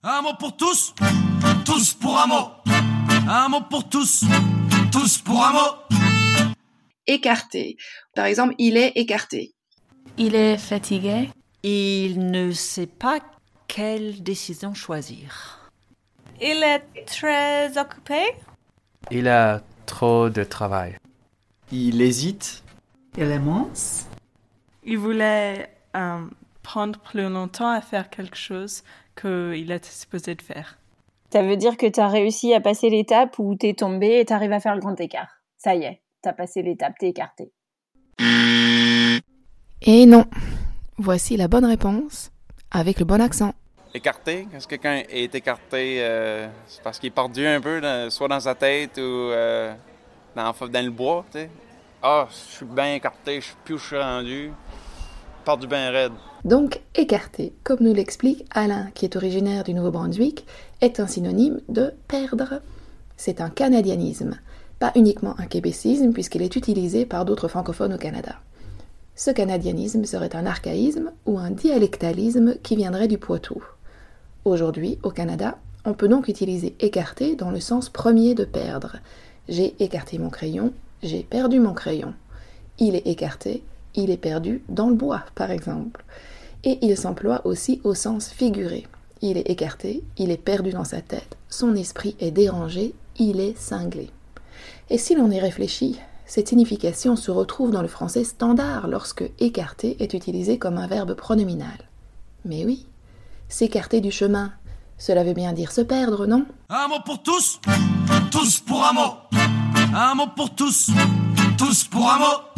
Un mot pour tous, tous pour un mot. Un mot pour tous, tous pour un mot. Écarté. Par exemple, il est écarté. Il est fatigué. Il ne sait pas quelle décision choisir. Il est très occupé. Il a trop de travail. Il hésite. Il est mince. Il voulait prendre plus longtemps à faire quelque chose qu'il était supposé de faire. Ça veut dire que t'as réussi à passer l'étape où t'es tombé et t'arrives à faire le grand écart. Ça y est, t'as passé l'étape, t'es écarté. Et non. Voici la bonne réponse, avec le bon accent. Écarté, est-ce que quelqu'un est écarté, c'est parce qu'il est perdu un peu, soit dans sa tête ou dans le bois, tu sais? Ah, je suis bien écarté, je sais plus où je suis rendu, perdu bien raide. Donc, écarté, comme nous l'explique Alain, qui est originaire du Nouveau-Brunswick, est un synonyme de perdre. C'est un canadianisme, pas uniquement un québécisme, puisqu'il est utilisé par d'autres francophones au Canada. Ce canadianisme serait un archaïsme ou un dialectalisme qui viendrait du Poitou. Aujourd'hui, au Canada, on peut donc utiliser écarté dans le sens premier de perdre. J'ai écarté mon crayon, j'ai perdu mon crayon. Il est écarté, il est perdu dans le bois, par exemple. Et il s'emploie aussi au sens figuré. Il est écarté, il est perdu dans sa tête, son esprit est dérangé, il est cinglé. Et si l'on y réfléchit, cette signification se retrouve dans le français standard lorsque écarter est utilisé comme un verbe pronominal. Mais oui, s'écarter du chemin, cela veut bien dire se perdre, non? Un mot pour tous, tous pour un mot. Un mot pour tous, tous pour un mot.